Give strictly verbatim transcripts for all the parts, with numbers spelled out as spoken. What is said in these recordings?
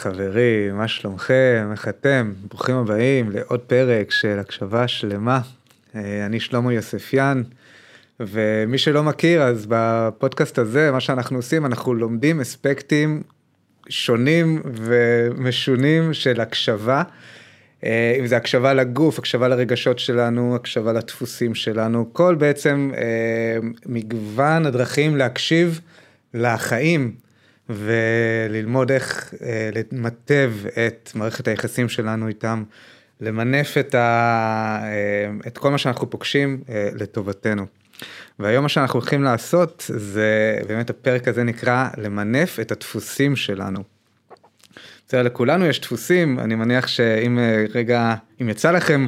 חברים, מה שלומכם, איך אתם? ברוכים הבאים לעוד פרק של הקשבה שלמה. אני שלמה יוספיאן, ומי שלא מכיר, אז בפודקאסט הזה, מה שאנחנו עושים, אנחנו לומדים אספקטים שונים ומשונים של הקשבה, אם זה הקשבה לגוף, הקשבה לרגשות שלנו, הקשבה לדפוסים שלנו, כל בעצם מגוון הדרכים להקשיב לחיים, וללמוד איך למטב את מערכת היחסים שלנו איתם, למנף את, ה, את כל מה שאנחנו פוגשים לטובתנו. והיום מה שאנחנו הולכים לעשות, זה באמת הפרק הזה נקרא למנף את הדפוסים שלנו. בסדר, לכולנו יש דפוסים, אני מניח שאם רגע, אם יצא לכם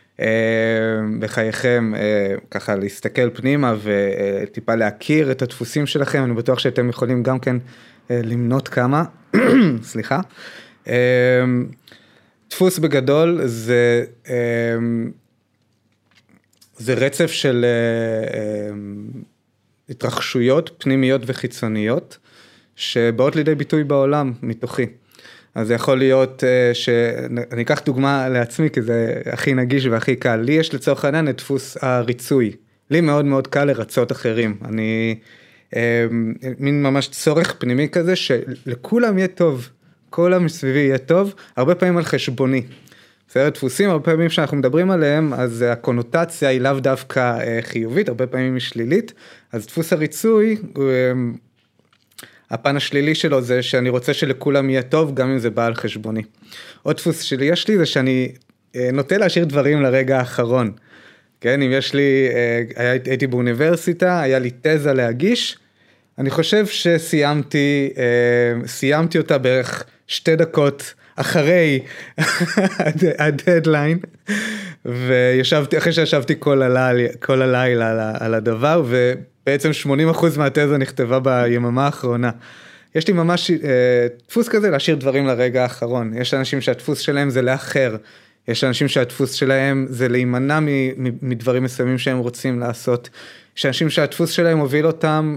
בחייכם ככה להסתכל פנימה וטיפה להכיר את הדפוסים שלכם, אני בטוח שאתם יכולים גם כן למנות כמה, סליחה. דפוס בגדול זה, זה רצף של התרחשויות פנימיות וחיצוניות, שבאות לידי ביטוי בעולם מתוכי. אז זה יכול להיות שאני אקח דוגמה לעצמי, כי זה הכי נגיש והכי קל. לי יש לצורך העניין את דפוס הריצוי. לי מאוד מאוד קל לרצות אחרים. אני, מין ממש צורך פנימי כזה, שלכולם יהיה טוב, כל המסביבי יהיה טוב, הרבה פעמים על חשבוני. בסדר, דפוסים, הרבה פעמים שאנחנו מדברים עליהם, אז הקונוטציה היא לאו דווקא חיובית, הרבה פעמים היא שלילית. אז דפוס הריצוי, הפן השלילי שלו זה שאני רוצה שלכולם יהיה טוב, גם אם זה בא על חשבוני. עוד דפוס שלי יש לי זה שאני נוטה להשאיר דברים לרגע האחרון. כן, אם יש לי, הייתי באוניברסיטה, היה לי תזה להגיש, אני חושב שסיימתי, סיימתי אותה בערך שתי דקות אחרי הדדליין, וישבתי, אחרי שישבתי כל הלילה, כל הלילה על הדבר, ו... בעצם שמונים אחוז מהתזה נכתבה ביממה האחרונה. יש לי ממש דפוס כזה להשאיר דברים לרגע האחרון. יש אנשים שהדפוס שלהם זה לאחר. יש אנשים שהדפוס שלהם זה להימנע מדברים מסוימים שהם רוצים לעשות. יש אנשים שהדפוס שלהם הוביל אותם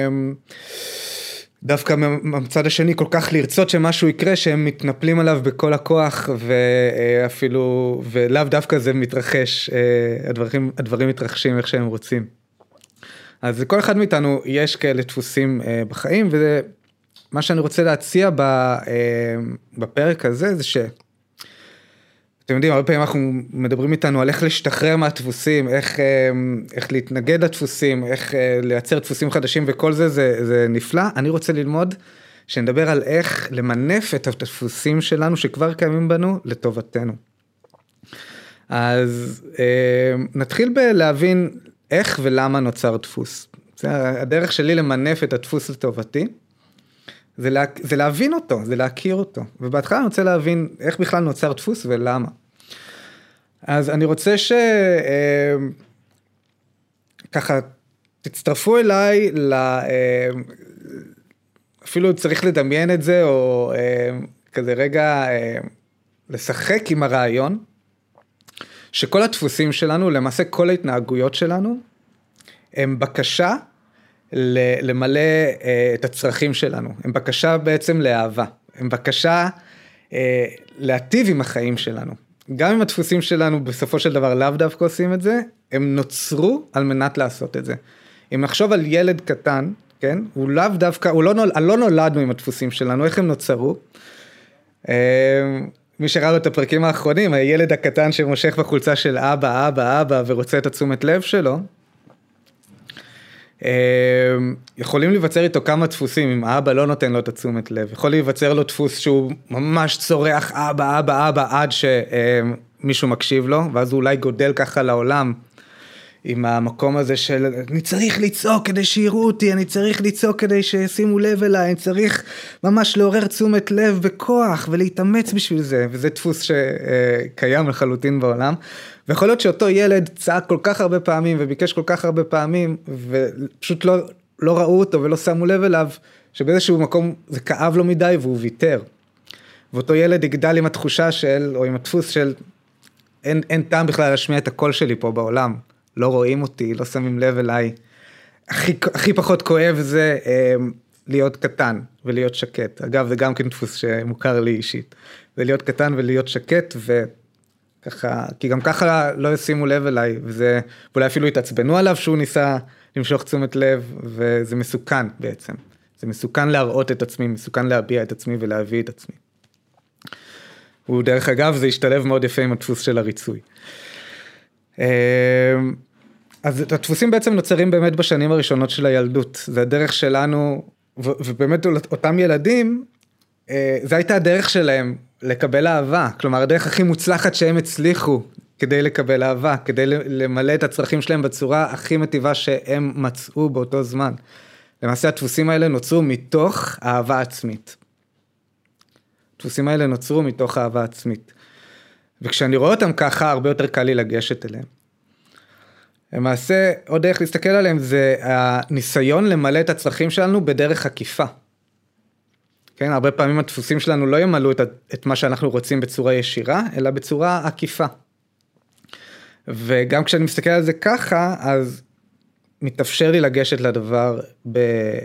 דווקא מהצד השני כל כך לרצות שמשהו יקרה שהם מתנפלים עליו בכל הכוח ואפילו, ולאו דווקא זה מתרחש, הדברים, הדברים מתרחשים איך שהם רוצים. אז כל אחד מאיתנו יש כאלה דפוסים בחיים, ומה שאני רוצה להציע בפרק הזה, זה ש... אתם יודעים, הרבה פעמים אנחנו מדברים איתנו על איך להשתחרר מהדפוסים, איך, איך להתנגד לדפוסים, איך לייצר דפוסים חדשים, וכל זה, זה, זה נפלא. אני רוצה ללמוד שנדבר על איך למנף את הדפוסים שלנו, שכבר קיימים בנו, לטובתנו. אז נתחיל בלהבין איך ולמה נוצר דפוס. הדרך שלי למנף את הדפוס לטובתי, זה, לה, זה להבין אותו, זה להכיר אותו. ובהתחלה אני רוצה להבין איך בכלל נוצר דפוס ולמה. אז אני רוצה ש... אה, ככה, תצטרפו אליי, לה, אה, אפילו צריך לדמיין את זה, או אה, כזה רגע אה, לשחק עם הרעיון, שכל הדפוסים שלנו, למעשה כל ההתנהגויות שלנו, הם בקשה למלא את הצרכים שלנו. הם בקשה בעצם לאהבה. הם בקשה להטיב עם החיים שלנו. גם אם הדפוסים שלנו בסופו של דבר לאו דווקא עושים את זה, הם נוצרו על מנת לעשות את זה. אם נחשוב על ילד קטן, כן? הוא לאו דווקא, הוא לא, נול, לא נולדנו עם הדפוסים שלנו, איך הם נוצרו? מי שראה את הפרקים האחרונים, הילד הקטן שמושך בחולצה של אבא, אבא, אבא, ורוצה את התשומת לב שלו, יכולים להיווצר איתו כמה דפוסים, אם האבא לא נותן לו את התשומת לב, יכול להיווצר לו דפוס שהוא ממש צורח אבא, אבא, אבא, עד שמישהו מקשיב לו, ואז הוא אולי גודל ככה לעולם, עם המקום הזה של, אני צריך לצעוק כדי שיראו אותי, אני צריך לצעוק כדי שישימו לב אליי, אני צריך ממש לעורר תשומת לב בכוח, ולהתאמץ בשביל זה, וזה דפוס שקיים לחלוטין בעולם, ויכול להיות שאותו ילד צעק כל כך הרבה פעמים, וביקש כל כך הרבה פעמים, ופשוט לא, לא ראו אותו ולא שמו לב אליו, שבאיזשהו מקום זה כאב לו מדי, והוא ויתר. ואותו ילד יגדל עם התחושה של, או עם הדפוס של, אין, אין טעם בכלל להשמיע את הקול שלי פה בעולם, לא רואים אותי, לא שמים לב אליי, הכי, הכי פחות כואב זה להיות קטן ולהיות שקט. אגב, זה גם כן דפוס שמוכר לי אישית. זה להיות קטן ולהיות שקט, וככה, כי גם ככה לא ישימו לב אליי, וזה, ואולי אפילו התעצבנו עליו שהוא ניסה למשוך תשומת לב, וזה מסוכן בעצם. זה מסוכן להראות את עצמי, מסוכן להביע את עצמי ולהביא את עצמי. ודרך אגב, זה השתלב מאוד יפה עם הדפוס של הריצוי. אז הדפוסים בעצם נוצרים באמת בשנים הראשונות של הילדות. זה הדרך שלנו, ובאמת אותם ילדים, זה הייתה הדרך שלהם לקבל אהבה. כלומר, הדרך הכי מוצלחת שהם הצליחו כדי לקבל אהבה, כדי למלא את הצרכים שלהם בצורה הכי מטיבה שהם מצאו באותו זמן. למעשה הדפוסים האלה נוצרו מתוך אהבה עצמית. הדפוסים האלה נוצרו מתוך אהבה עצמית. וכשאני רואה אותם ככה, הרבה יותר קל לי לגשת אליהם. למעשה, עוד דרך להסתכל עליהם, זה הניסיון למלא את הצרכים שלנו בדרך עקיפה. כן, הרבה פעמים הדפוסים שלנו לא ימלאו את, את מה שאנחנו רוצים בצורה ישירה, אלא בצורה עקיפה. וגם כשאני מסתכל על זה ככה, אז מתאפשר לי לגשת לדבר ב,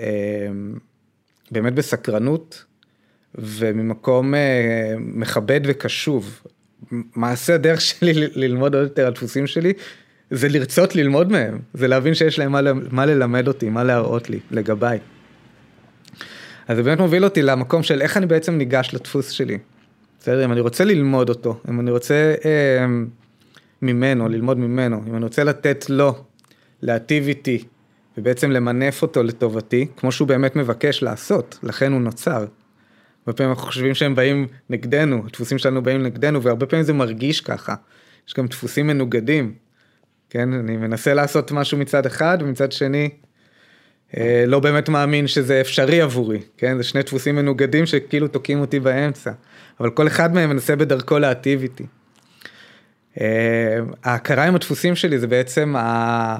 באמת בסקרנות, וממקום מכבד וקשוב. מעשה הדרך שלי ללמוד עוד יותר על דפוסים שלי, זה לרצות ללמוד מהם, זה להבין שיש להם מה, מה ללמד אותי, מה להראות לי, לגביי. אז זה באמת מוביל אותי למקום של איך אני בעצם ניגש לדפוס שלי. בסדר, אם אני רוצה ללמוד אותו, אם אני רוצה אה, ממנו, ללמוד ממנו, אם אני רוצה לתת לו, להטיב איתי, ובעצם למנף אותו לטובתי, כמו שהוא באמת מבקש לעשות, לכן הוא נוצר. הרבה פעמים אנחנו חושבים שהם באים נגדנו, הדפוסים שלנו באים נגדנו, והרבה פעמים זה מרגיש ככה. יש גם דפוסים מנוגדים, כן? אני מנסה לעשות משהו מצד אחד, ומצד שני, אה, לא באמת מאמין שזה אפשרי עבורי, כן? זה שני דפוסים מנוגדים שכאילו תוקעים אותי באמצע, אבל כל אחד מהם מנסה בדרכו להטיב איתי. אה, ההכרה עם הדפוסים שלי זה בעצם ה...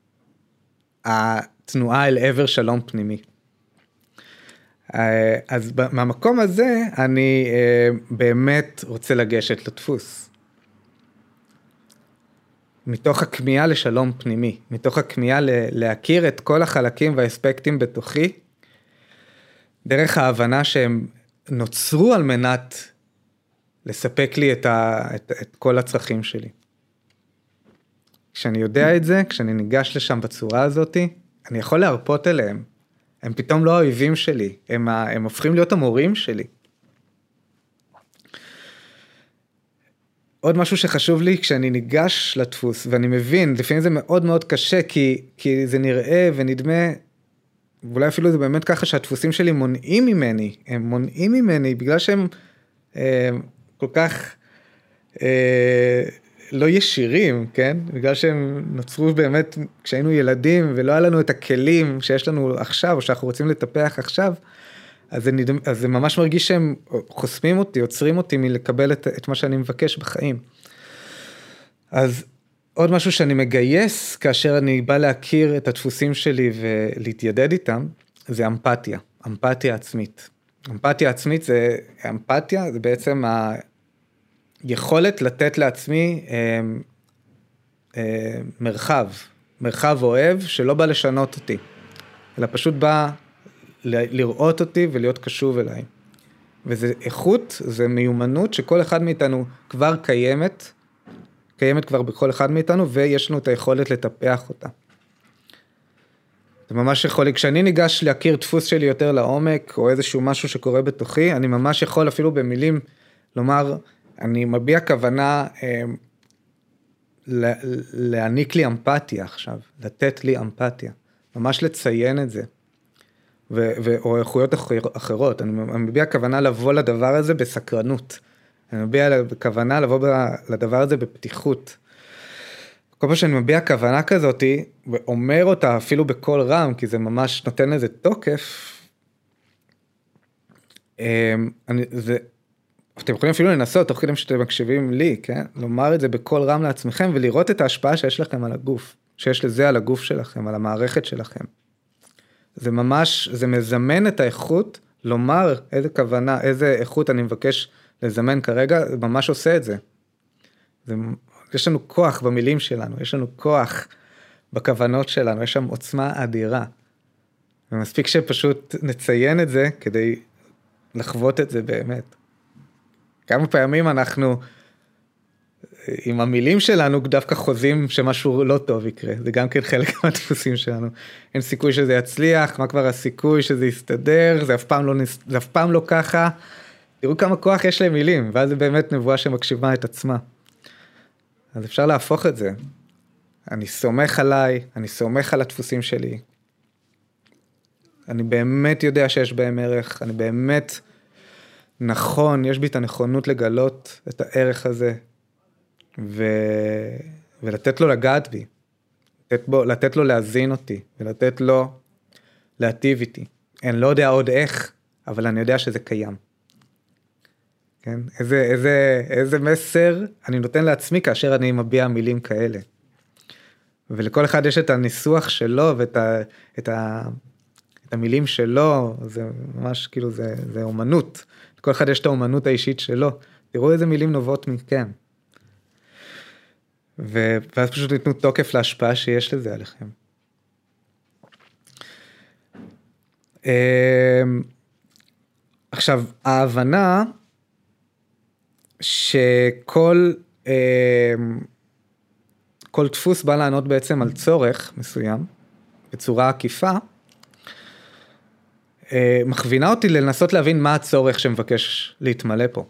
התנועה אל עבר שלום פנימי. אז מהמקום הזה אני באמת רוצה לגשת לדפוס. מתוך הכמיהה לשלום פנימי, מתוך הכמיהה להכיר את כל החלקים והאספקטים בתוכי, דרך ההבנה שהם נוצרו על מנת לספק לי את, ה, את, את כל הצרכים שלי. כשאני יודע את זה, כשאני ניגש לשם בצורה הזאת, אני יכול להרפות אליהם. הם פתאום לא האויבים שלי, הם, הם הופכים להיות המורים שלי. עוד משהו שחשוב לי, כשאני ניגש לדפוס, ואני מבין, לפעמים זה מאוד מאוד קשה, כי, כי זה נראה ונדמה, ואולי אפילו זה באמת ככה שהדפוסים שלי מונעים ממני, הם מונעים ממני, בגלל שהם אה, כל כך אה, לא ישירים, כן? בגלל שהם נוצרו באמת כשהיינו ילדים, ולא היה לנו את הכלים שיש לנו עכשיו, או שאנחנו רוצים לטפח עכשיו, אז זה, נדמה, אז זה ממש מרגיש שהם חוסמים אותי, עוצרים אותי מלקבל את, את מה שאני מבקש בחיים. אז עוד משהו שאני מגייס, כאשר אני בא להכיר את הדפוסים שלי ולהתיידד איתם, זה אמפתיה, אמפתיה עצמית. אמפתיה עצמית זה, אמפתיה זה בעצם היכולת לתת לעצמי אה, אה, מרחב, מרחב אוהב שלא בא לשנות אותי, אלא פשוט בא לראות אותי ולהיות קשוב אליי. וזה איכות, זה מיומנות שכל אחד מאיתנו כבר קיימת, קיימת כבר בכל אחד מאיתנו, ויש לנו את היכולת לטפח אותה. זה ממש יכול, כשאני ניגש להכיר דפוס שלי יותר לעומק, או איזשהו משהו שקורה בתוכי, אני ממש יכול אפילו במילים לומר, אני מביע כוונה אה, להעניק לי אמפתיה עכשיו, לתת לי אמפתיה, ממש לציין את זה. ו- ו- או איכויות אחר- אחרות, אני מביע כוונה לבוא לדבר הזה בסקרנות, אני מביע כוונה לבוא ב- לדבר הזה בפתיחות. כל פעם שאני מביע כוונה כזאת, ואומר אותה אפילו בקול רם, כי זה ממש נותן לזה תוקף, אני, זה, אתם יכולים אפילו לנסות, תוך כדי שאתם מקשיבים לי, כן? לומר את זה בקול רם לעצמכם, ולראות את ההשפעה שיש לכם על הגוף, שיש לזה על הגוף שלכם, על המערכת שלכם. זה ממש, זה מזמן את האיכות, לומר איזה כוונה, איזה איכות אני מבקש לזמן כרגע, זה ממש עושה את זה. זה, יש לנו כוח במילים שלנו, יש לנו כוח בכוונות שלנו, יש שם עוצמה אדירה. ומספיק שפשוט נציין את זה, כדי לחוות את זה באמת. כמה פעמים אנחנו, עם המילים שלנו, דווקא חוזים שמשהו לא טוב יקרה. זה גם כן חלק מהדפוסים שלנו. אין סיכוי שזה יצליח, מה כבר הסיכוי שזה יסתדר, זה אף פעם לא, זה אף פעם לא ככה. תראו כמה כוח יש למילים, ואז זה באמת נבואה שמקשיבה את עצמה. אז אפשר להפוך את זה. אני סומך עליי, אני סומך על הדפוסים שלי. אני באמת יודע שיש בהם ערך, אני באמת נכון, יש בי את הנכונות לגלות את הערך הזה, ו... ולתת לו לגעת בי, לתת, בו, לתת לו להזין אותי, ולתת לו להטיב איתי. אני לא יודע עוד איך, אבל אני יודע שזה קיים. כן? איזה, איזה, איזה מסר אני נותן לעצמי כאשר אני מביע מילים כאלה. ולכל אחד יש את הניסוח שלו, ואת ה, את ה, את המילים שלו, זה ממש כאילו, זה, זה אומנות. לכל אחד יש את האומנות האישית שלו. תראו איזה מילים נובעות מכם. ו, ואז פשוט ניתנו תוקף להשפעה שיש לזה עליכם. עכשיו, ההבנה שכל כל דפוס בא לענות בעצם על צורך מסוים, בצורה עקיפה, מכווינה אותי לנסות להבין מה הצורך שמבקש להתמלא פה.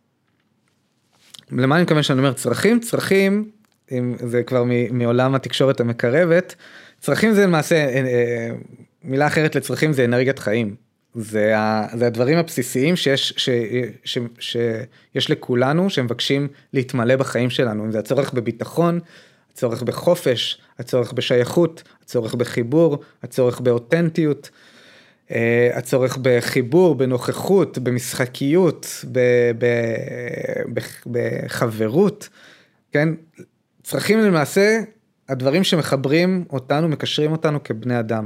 למה אני מכוון שאני אומר צרכים? צרכים, זה כבר מעולם התקשורת המקרבת, צרכים זה למעשה, מילה אחרת לצרכים זה אנרגיית חיים. זה, זה הדברים הבסיסיים שיש, ש, ש, ש, שיש לכולנו, שמבקשים להתמלא בחיים שלנו. אם זה הצורך בביטחון, הצורך בחופש, הצורך בשייכות, הצורך בחיבור, הצורך באותנטיות, הצורך בחיבור, בנוכחות, במשחקיות, ב, ב, ב, בחברות, כן? צרכים למעשה, הדברים שמחברים אותנו, מקשרים אותנו כבני אדם.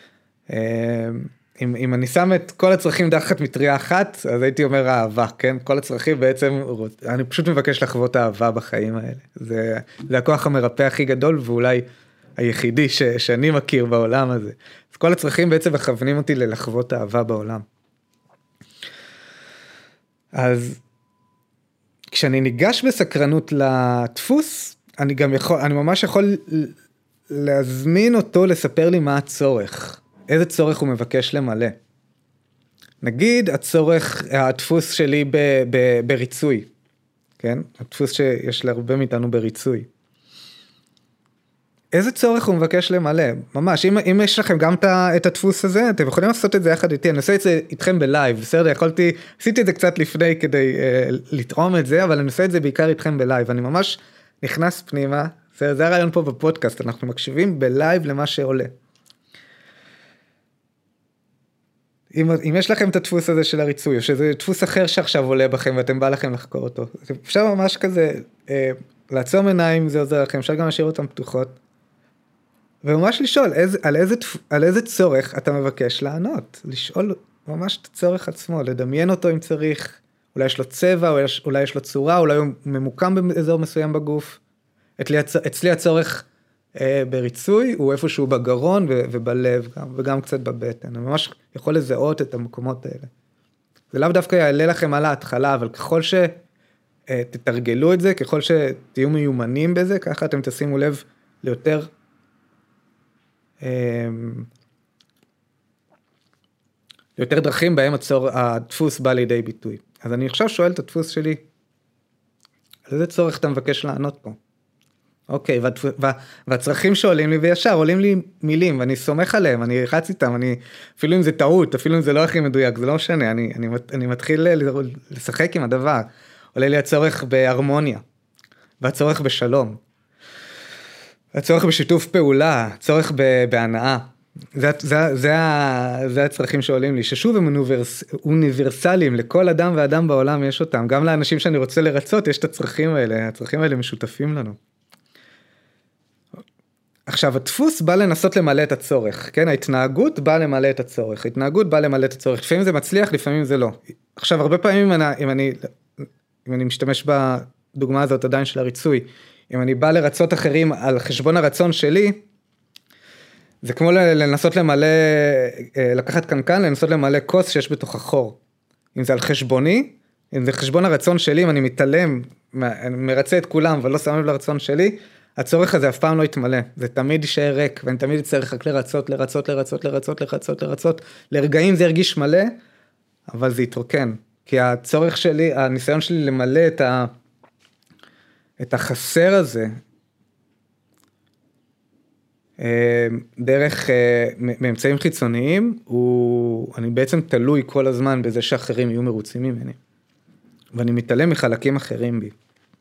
אם, אם אני שם את כל הצרכים דחת מטריה אחת, אז הייתי אומר אהבה, כן? כל הצרכים בעצם, אני פשוט מבקש לחוות אהבה בחיים האלה. זה, זה הכוח המרפא הכי גדול, ואולי היחידי ש, שאני מכיר בעולם הזה. אז כל הצרכים בעצם מכוונים אותי ללחוות אהבה בעולם. אז כשאני ניגש בסקרנות לדפוס, אני גם יכול, אני ממש יכול להזמין אותו לספר לי מה הצורך. איזה צורך הוא מבקש למלא. נגיד הצורך, הדפוס שלי ב, ב, בריצוי, כן? הדפוס שיש להרבה מאיתנו בריצוי. איזה צורך הוא מבקש למלא? ממש, אם, אם יש לכם גם את הדפוס הזה, אתם יכולים לעשות את זה יחד איתי, אני עושה את זה איתכם בלייב, בסדר? יכולתי, עשיתי את זה קצת לפני כדי אה, לטעום את זה, אבל אני עושה את זה בעיקר איתכם בלייב, אני ממש נכנס פנימה, זה, זה הרעיון פה בפודקאסט, אנחנו מקשיבים בלייב למה שעולה. אם, אם יש לכם את הדפוס הזה של הריצוי, או שזה דפוס אחר שעכשיו עולה בכם, ואתם בא לכם לחקור אותו, אפשר ממש כזה, אה, לעצום עיניים, זה עוזר לכם, אפשר גם להשאיר אותם פתוחות, וממש לשאול, איזה, על, איזה, על איזה צורך אתה מבקש לענות, לשאול ממש את הצורך עצמו, לדמיין אותו אם צריך, אולי יש לו צבע, אולי יש, אולי יש לו צורה, אולי הוא ממוקם באזור מסוים בגוף, אצלי, אצלי הצורך, בריצוי, הוא איפשהו בגרון ובלב, וגם קצת בבטן. אני ממש יכול לזהות את המקומות האלה. זה לאו דווקא יעלה לכם על ההתחלה, אבל ככל שתתרגלו את זה, ככל שתהיו מיומנים בזה, ככה אתם תשימו לב ליותר ליותר דרכים בהם הצור, הדפוס בא לידי ביטוי. אז אני עכשיו שואל את הדפוס שלי, על איזה צורך אתה מבקש לענות פה? אוקיי, והצרכים שעולים לי וישר, עולים לי מילים, ואני סומך עליהם, אני רץ איתם, אני, אפילו אם זה טעות, אפילו אם זה לא הכי מדויק, זה לא משנה, אני, אני, אני מתחיל לשחק עם הדבר, עולה לי הצורך בהרמוניה, והצורך בשלום, הצורך בשיתוף פעולה, הצורך בהנאה, זה, זה, זה, זה הצרכים שעולים לי, ששוב הם אוניברס, אוניברסליים, לכל אדם ואדם בעולם יש אותם, גם לאנשים שאני רוצה לרצות, יש את הצרכים האלה, הצרכים האלה משותפים לנו. עכשיו, הדפוס בא לנסות למלא את הצורך, כן? ההתנהגות באה למלא את הצורך, ההתנהגות באה למלא את הצורך, לפעמים זה מצליח, לפעמים זה לא. עכשיו, הרבה פעמים אם אני, אם אני, אם אני משתמש בדוגמה הזאת עדיין של הריצוי, אם אני בא לרצות אחרים על חשבון הרצון שלי, זה כמו לנסות למלא, לקחת קנקן, לנסות למלא כוס שיש בתוך החור. אם זה על חשבוני, אם זה חשבון הרצון שלי, אם אני מתעלם, מרצה את כולם, ולא שם לב לרצון שלי, הצורך הזה אף פעם לא יתמלא. זה תמיד יישאר ריק, ואני תמיד צריך רק לרצות, לרצות, לרצות, לרצות, לרצות, לרצות. לרגעים זה הרגיש מלא, אבל זה יתרוקן. כי הצורך שלי, הניסיון שלי למלא את ה... את החסר הזה, דרך, מאמצעים חיצוניים, הוא, אני בעצם תלוי כל הזמן בזה שאחרים יהיו מרוצים ממני. ואני מתעלם מחלקים אחרים בי.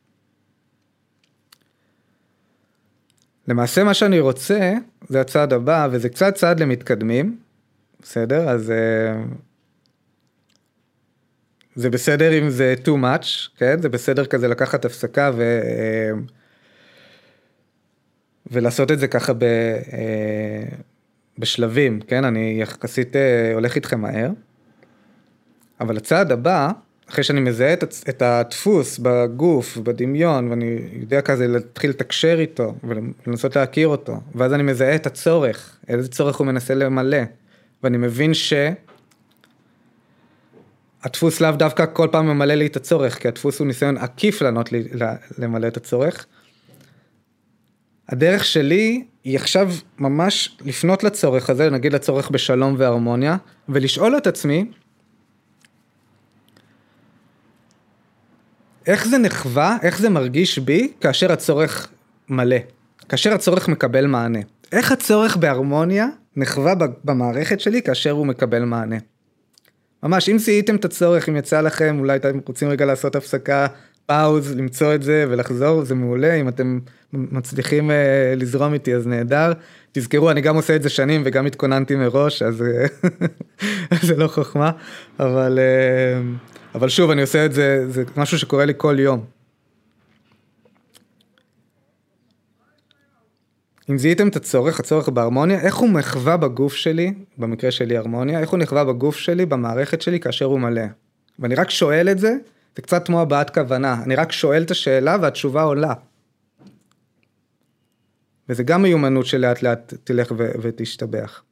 למעשה מה שאני רוצה, זה הצעד הבא, וזה קצת צעד למתקדמים, בסדר? אז זה בסדר אם זה too much, כן? זה בסדר כזה לקחת הפסקה ו... ולעשות את זה ככה ב... בשלבים, כן? אני יחסית הולך איתכם מהר, אבל הצעד הבא, אחרי שאני מזהה את הדפוס בגוף, בדמיון, ואני יודע כזה להתחיל לתקשר איתו, ולנסות להכיר אותו, ואז אני מזהה את הצורך, איזה צורך הוא מנסה למלא, ואני מבין שהדפוס לאו דווקא כל פעם ממלא לי את הצורך, כי הדפוס הוא ניסיון עקיף לענות לי, למלא את הצורך. הדרך שלי היא עכשיו ממש לפנות לצורך הזה, נגיד לצורך בשלום והרמוניה, ולשאול את עצמי, איך זה נחווה, איך זה מרגיש בי, כאשר הצורך מלא, כאשר הצורך מקבל מענה. איך הצורך בהרמוניה נחווה במערכת שלי, כאשר הוא מקבל מענה. ממש, אם זיהיתם את הצורך, אם יצא לכם, אולי אתם רוצים רגע לעשות הפסקה, פאוז, למצוא את זה ולחזור, זה מעולה. אם אתם מצליחים אה, לזרום איתי, אז נהדר. תזכרו, אני גם עושה את זה שנים, וגם התכוננתי מראש, אז זה לא חוכמה, אבל... אה, אבל שוב, אני עושה את זה, זה משהו שקורה לי כל יום. אם זיהיתם את הצורך, הצורך בהרמוניה, איך הוא מחווה בגוף שלי, במקרה שלי הרמוניה, איך הוא נחווה בגוף שלי, במערכת שלי, כאשר הוא מלא. ואני רק שואל את זה, זה קצת כמו הבעת כוונה, אני רק שואל את השאלה והתשובה עולה. וזה גם מיומנות שלאט לאט תלך ו- ותשתבח.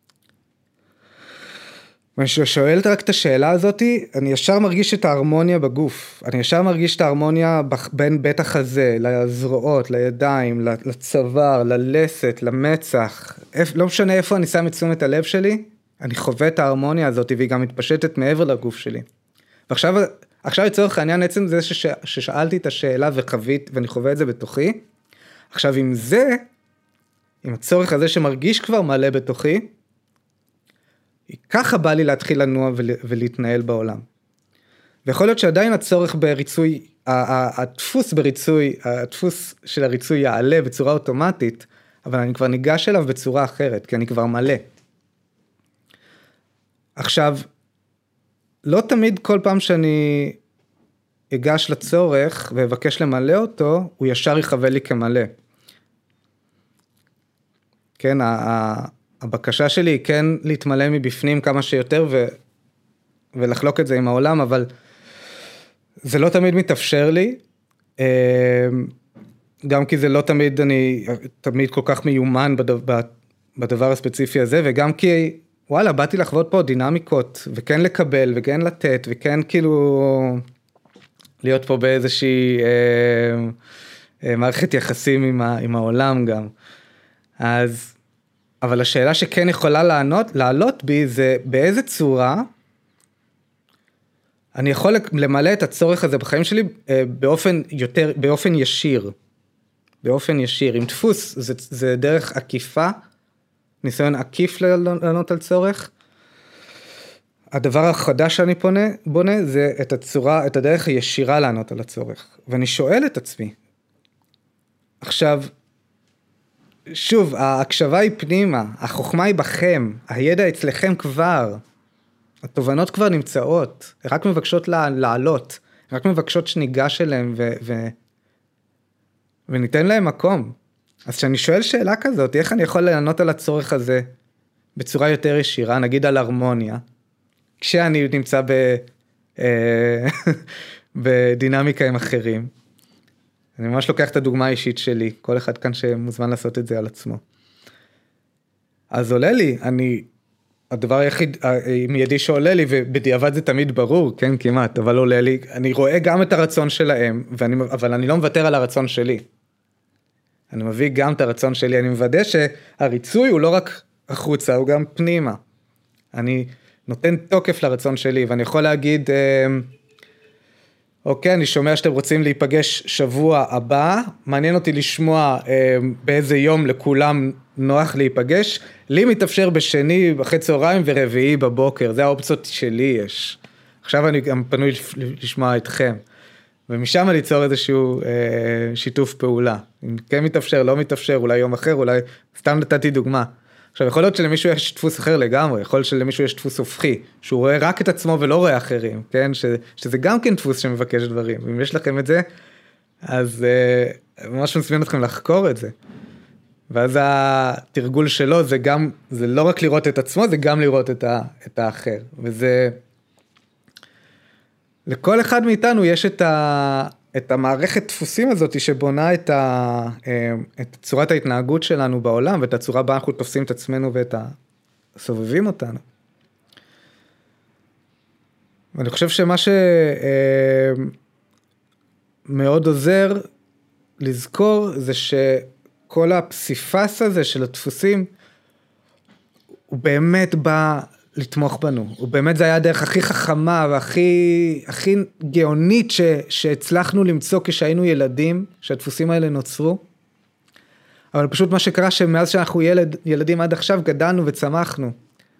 כששואלת רק את השאלה הזאת, אני ישר מרגיש את ההרמוניה בגוף. אני ישר מרגיש את ההרמוניה בין בית החזה, לזרועות, לידיים, לצוואר, ללסת, למצח. לא משנה איפה אני שם את תשומת הלב שלי, אני חווה את ההרמוניה הזאת, והיא גם מתפשטת מעבר לגוף שלי. ועכשיו, עכשיו לצורך העניין, עצם זה שש, ששאלתי את השאלה וחווית, ואני חווה את זה בתוכי. עכשיו עם זה, עם הצורך הזה שמרגיש כבר מלא בתוכי, ככה בא לי להתחיל לנוע ולהתנהל בעולם. ויכול להיות שעדיין הצורך בריצוי, הדפוס בריצוי, הדפוס של הריצוי יעלה בצורה אוטומטית, אבל אני כבר ניגש אליו בצורה אחרת, כי אני כבר מלא. עכשיו, לא תמיד כל פעם שאני אגש לצורך ואבקש למלא אותו, הוא ישר יחווה לי כמלא. כן, ה... הבקשה שלי היא כן להתמלא מבפנים כמה שיותר ו... ולחלוק את זה עם העולם, אבל זה לא תמיד מתאפשר לי, גם כי זה לא תמיד, אני תמיד כל כך מיומן בדבר, בדבר הספציפי הזה, וגם כי, וואלה, באתי לחוות פה דינמיקות, וכן לקבל, וכן לתת, וכן כאילו להיות פה באיזושהי אה, אה, מערכת יחסים עם, ה... עם העולם גם. אז... אבל השאלה שכן יכולה לענות, לעלות בי, זה באיזה צורה אני יכול למלא את הצורך הזה בחיים שלי באופן יותר, באופן ישיר. באופן ישיר. עם דפוס, זה, זה דרך עקיפה, ניסיון עקיף לענות על צורך. הדבר החדש שאני פונה, בונה, זה את הצורה, את הדרך הישירה לענות על הצורך. ואני שואל את עצמי, עכשיו, שוב, ההקשבה היא פנימה, החוכמה היא בכם, הידע אצלכם כבר, התובנות כבר נמצאות, רק מבקשות לעלות, רק מבקשות שניגש אליהם ו- ו- וניתן להם מקום. אז כשאני שואל שאלה כזאת, איך אני יכול לענות על הצורך הזה בצורה יותר ישירה, נגיד על הרמוניה, כשאני נמצא ב- בדינמיקה עם אחרים, אני ממש לוקח את הדוגמה האישית שלי, כל אחד כאן שמוזמן לעשות את זה על עצמו. אז עולה לי, אני, הדבר היחיד, מיידי שעולה לי, ובדיעבד זה תמיד ברור, כן, כמעט, אבל עולה לי, אני רואה גם את הרצון שלהם, ואני, אבל אני לא מוותר על הרצון שלי. אני מביא גם את הרצון שלי, אני מוודא שהריצוי הוא לא רק החוצה, הוא גם פנימה. אני נותן תוקף לרצון שלי, ואני יכול להגיד, אוקיי, אני שומע שאתם רוצים להיפגש שבוע הבא, מעניין אותי לשמוע באיזה יום לכולם נוח להיפגש, לי מתאפשר בשני, אחרי צהריים ורביעי בבוקר, זה האופציות שלי יש. עכשיו אני גם פנוי לשמוע אתכם. ומשם ליצור איזשהו אה, שיתוף פעולה. אם כן מתאפשר, לא מתאפשר, אולי יום אחר, אולי סתם נתתי דוגמה. עכשיו, יכול להיות שלמישהו יש דפוס אחר לגמרי, יכול להיות שלמישהו יש דפוס הופכי, שהוא רואה רק את עצמו ולא רואה אחרים, כן? ש, שזה גם כן דפוס שמבקש דברים. אם יש לכם את זה, אז אה, ממש מזמין אתכם לחקור את זה. ואז התרגול שלו זה גם, זה לא רק לראות את עצמו, זה גם לראות את, ה, את האחר. וזה... לכל אחד מאיתנו יש את, ה, את המערכת דפוסים הזאת שבונה את, ה, את צורת ההתנהגות שלנו בעולם, ואת הצורה בה אנחנו תופסים את עצמנו ואת הסובבים אותנו. ואני חושב שמה שמאוד עוזר לזכור זה שכל הפסיפס הזה של הדפוסים, הוא באמת בא... לתמוך בנו, ובאמת זה היה הדרך הכי חכמה והכי הכי גאונית ש, שהצלחנו למצוא כשהיינו ילדים, שהדפוסים האלה נוצרו, אבל פשוט מה שקרה שמאז שאנחנו ילד, ילדים עד עכשיו גדלנו וצמחנו,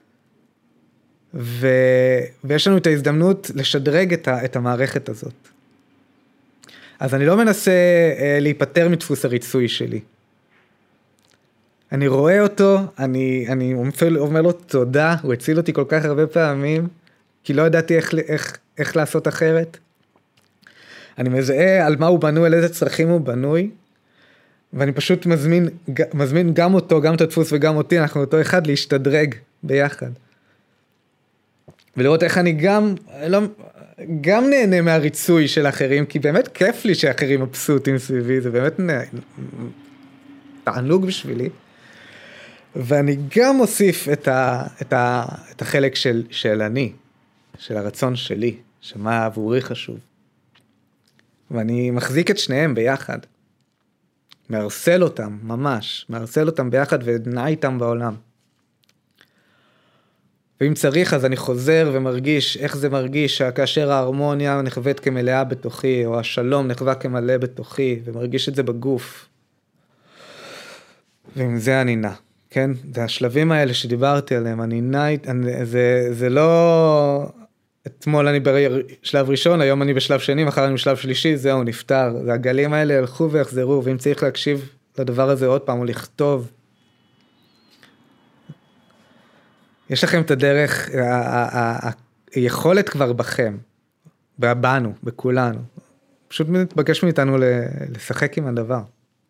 ו, ויש לנו את ההזדמנות לשדרג את, ה, את המערכת הזאת. אז אני לא מנסה אה, להיפטר מדפוס הריצוי שלי, אני רואה אותו, אני, אני אומר לו תודה, הוא הציל אותי כל כך הרבה פעמים, כי לא ידעתי איך, איך, איך לעשות אחרת. אני מזהה על מה הוא בנוי, על איזה צרכים הוא בנוי, ואני פשוט מזמין, מזמין גם אותו, גם את הדפוס וגם אותי, אנחנו אותו אחד להשתדרג ביחד. ולראות איך אני גם, לא, גם נהנה מהריצוי של אחרים, כי באמת כיף לי שאחרים מבסוטים סביבי, זה באמת תענוג בשבילי. ואני גם מוסיף את, ה, את, ה, את החלק של, של אני, של הרצון שלי, שמה עבורי חשוב. ואני מחזיק את שניהם ביחד. מרסל אותם, ממש. מרסל אותם ביחד ונע איתם בעולם. ואם צריך, אז אני חוזר ומרגיש איך זה מרגיש, כאשר ההרמוניה נחוות כמלאה בתוכי, או השלום נחווה כמלא בתוכי, ומרגיש את זה בגוף. ועם זה אני נע. כן, זה השלבים האלה שדיברתי עליהם, אני נע, זה, זה לא, אתמול אני בשלב ראשון, היום אני בשלב שני, מחר אני בשלב שלישי, זהו, נפטר, זה הגלים האלה הלכו ויחזרו, ואם צריך להקשיב לדבר הזה עוד פעם, או לכתוב, יש לכם את הדרך, היכולת כבר בכם, בנו, בכולנו, פשוט מתבקש מאיתנו לשחק עם הדבר.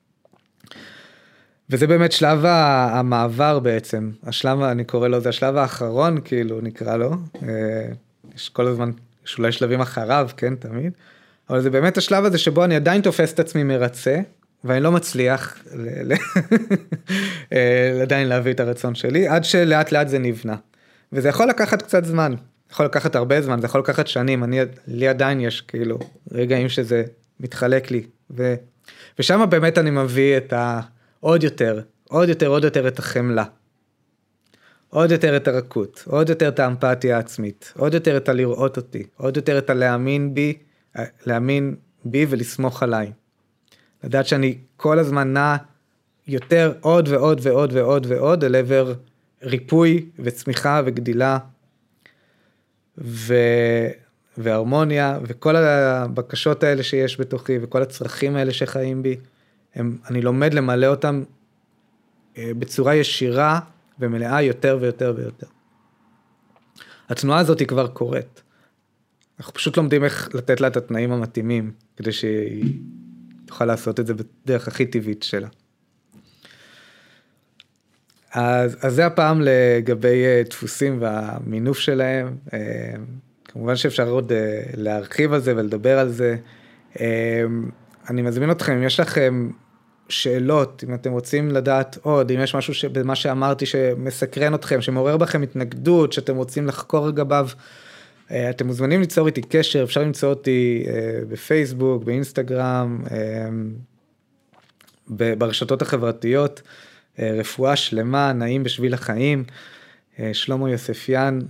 וזה באמת שלב המעבר בעצם, השלב, אני קורא לו, זה השלב האחרון, כאילו נקרא לו, יש כל הזמן, יש אולי שלבים אחריו, כן, תמיד, אבל זה באמת השלב הזה שבו אני עדיין תופס את עצמי מרצה, ואני לא מצליח עדיין להביא את הרצון שלי, עד שלאט לאט זה נבנה. וזה יכול לקחת קצת זמן, יכול לקחת הרבה זמן, זה יכול לקחת שנים, אני, לי עדיין יש כאילו רגעים שזה מתחלק לי, ו, ושם באמת אני מביא את ה... עוד יותר, עוד יותר, עוד יותר את החמלה. עוד יותר את הרכות, עוד יותר את האמפתיה העצמית, עוד יותר את הלראות אותי, עוד יותר את הלהאמין בי, להאמין בי ולסמוך עליי. לדעת שאני כל הזמן נע יותר עוד ועוד ועוד ועוד ועוד אל עבר ריפוי וצמיחה וגדילה ו... והרמוניה וכל הבקשות האלה שיש בתוכי וכל הצרכים האלה שחיים בי, הם, אני לומד למלא אותם בצורה ישירה ומלאה יותר ויותר ויותר. התנועה הזאת היא כבר קורית. אנחנו פשוט לומדים איך לתת לה את התנאים המתאימים, כדי שהיא תוכל לעשות את זה בדרך הכי טבעית שלה. אז, אז זה הפעם לגבי דפוסים והמינוף שלהם. כמובן שאפשר עוד להרחיב על זה ולדבר על זה. אני מזמין אתכם, אם יש לכם שאלות, אם אתם רוצים לדעת עוד, אם יש משהו במה שאמרתי שמסקרן אתכם, שמעורר בכם התנגדות, שאתם רוצים לחקור לגביו, אתם מוזמנים ליצור איתי קשר, אפשר למצוא אותי בפייסבוק, באינסטגרם, ברשתות החברתיות, רפואה שלמה, נעים בשביל החיים, שלמה יוספיאן,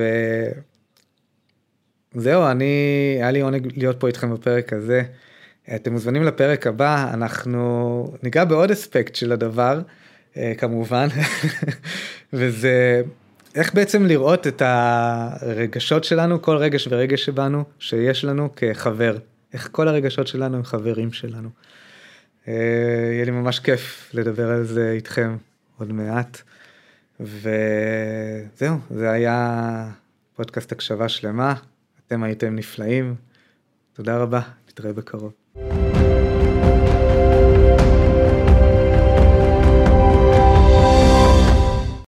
וזהו, אני, היה לי עונג להיות פה איתכם בפרק הזה, אתם מוזמנים לפרק הבא, אנחנו ניגע בעוד אספקט של הדבר, כמובן, וזה איך בעצם לראות את הרגשות שלנו, כל רגש ורגש שבנו, שיש לנו כחבר, איך כל הרגשות שלנו הם חברים שלנו. יהיה לי ממש כיף לדבר על זה איתכם עוד מעט, וזהו, זה היה פודקאסט הקשבה שלמה, אתם הייתם נפלאים, תודה רבה, נתראה בקרוב.